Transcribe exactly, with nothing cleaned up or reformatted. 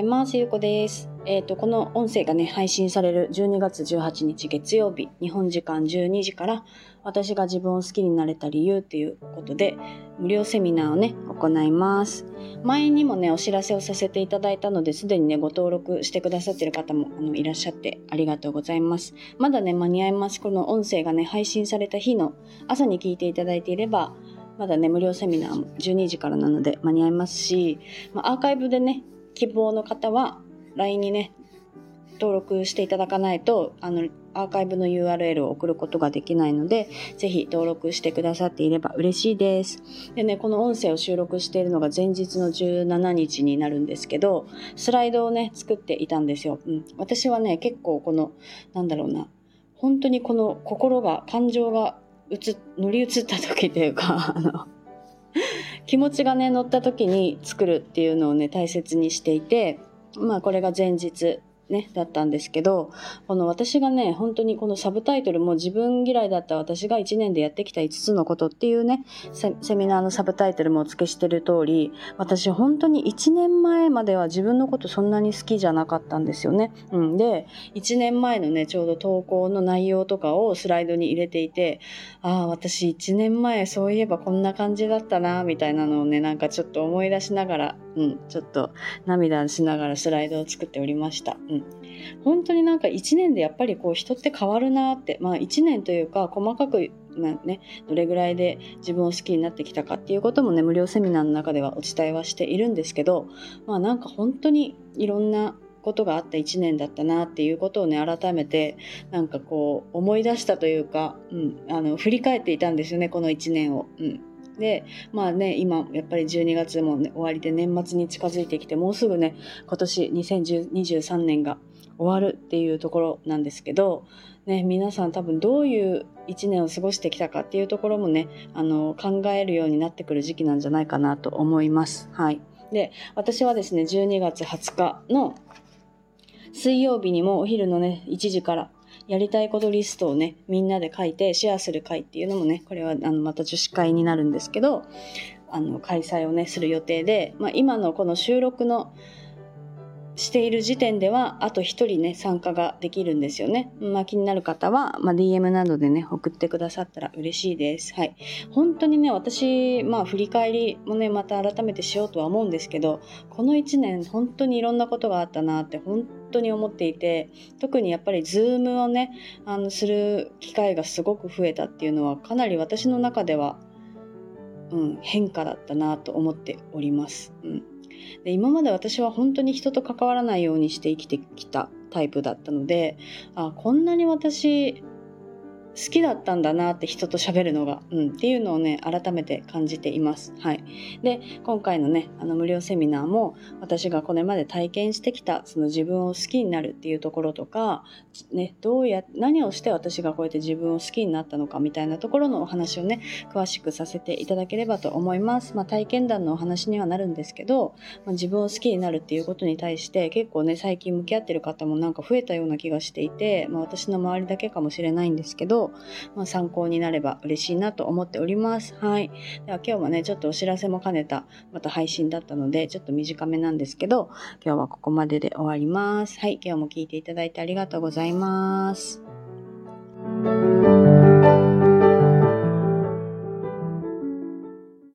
ます。ゆうこです。えっと、この音声がね、配信されるじゅうにがつじゅうはちにち月曜日、日本時間じゅうにじから私が自分を好きになれた理由ということで、無料セミナーをね、行います。前にもね、お知らせをさせていただいたので、すでにね、ご登録してくださっている方もあのいらっしゃってありがとうございます。まだね、間に合います。この音声がね、配信された日の朝に聞いていただいていれば、まだね、無料セミナーもじゅうにじからなので間に合いますし、まあ、アーカイブでね、希望の方は ライン にね登録していただかないとあのアーカイブの ユーアールエル を送ることができないので、ぜひ登録してくださっていれば嬉しいです。でね、この音声を収録しているのが前日のじゅうしちにちになるんですけど、スライドをね作っていたんですよ、うん、私はね結構このなんだろうな本当にこの心が感情がうつ乗り移った時というかあの気持ちがね乗った時に作るっていうのをね大切にしていて、まあこれが前日ねだったんですけど、この私がね本当にこのサブタイトルも自分嫌いだった私がいちねんでやってきたいつつのことっていうね セ, セミナーのサブタイトルもお付けしてる通り、私本当にいちねんまえまでは自分のことそんなに好きじゃなかったんですよね、うん、でいちねんまえのねちょうど投稿の内容とかをスライドに入れていて、ああ私いちねんまえそういえばこんな感じだったなみたいなのをねなんかちょっと思い出しながら、うん、ちょっと涙しながらスライドを作っておりました、うん、本当になんかいちねんでやっぱりこう人って変わるなって、まあいちねんというか細かくまあね、どれぐらいで自分を好きになってきたかっていうこともね無料セミナーの中ではお伝えはしているんですけど、まあなんか本当にいろんなことがあったいちねんだったなっていうことをね改めてなんかこう思い出したというか、うん、あの振り返っていたんですよねこのいちねんを、うん、でまあね今やっぱりじゅうにがつも、ね、終わりで年末に近づいてきて、もうすぐね今年にせんにじゅうさんねんが終わるっていうところなんですけど、ね、皆さん多分どういういちねんを過ごしてきたかっていうところもねあの考えるようになってくる時期なんじゃないかなと思います。はい。で私はですねじゅうにがつはつかの水曜日にもお昼のねいちじからやりたいことリストをねみんなで書いてシェアする会っていうのもね、これはあのまた女子会になるんですけど、あの開催をねする予定で、まあ、今のこの収録のしている時点ではあと一人ね参加ができるんですよね。まあ気になる方は、まあ、ディーエム などでね送ってくださったら嬉しいです。はい。本当にね私まあ振り返りもねまた改めてしようとは思うんですけど、このいちねん本当にいろんなことがあったなって本当に思っていて、特にやっぱり Zoom をねあのする機会がすごく増えたっていうのはかなり私の中では、うん、変化だったなと思っております。うん。で今まで私は本当に人と関わらないようにして生きてきたタイプだったので、あこんなに私好きだったんだなって人と喋るのが、うん、っていうのをね改めて感じています。はい。で今回のねあの無料セミナーも私がこれまで体験してきたその自分を好きになるっていうところとか、ね、どうや何をして私がこうやって自分を好きになったのかみたいなところのお話をね詳しくさせていただければと思います。まあ、体験談のお話にはなるんですけど、まあ、自分を好きになるっていうことに対して結構ね最近向き合ってる方もなんか増えたような気がしていて、まあ、私の周りだけかもしれないんですけど、まあ、参考になれば嬉しいなと思っております。はい。では今日もねちょっとお知らせも兼ねたまた配信だったのでちょっと短めなんですけど、今日はここまでで終わります。はい。今日も聞いていただいてありがとうございます。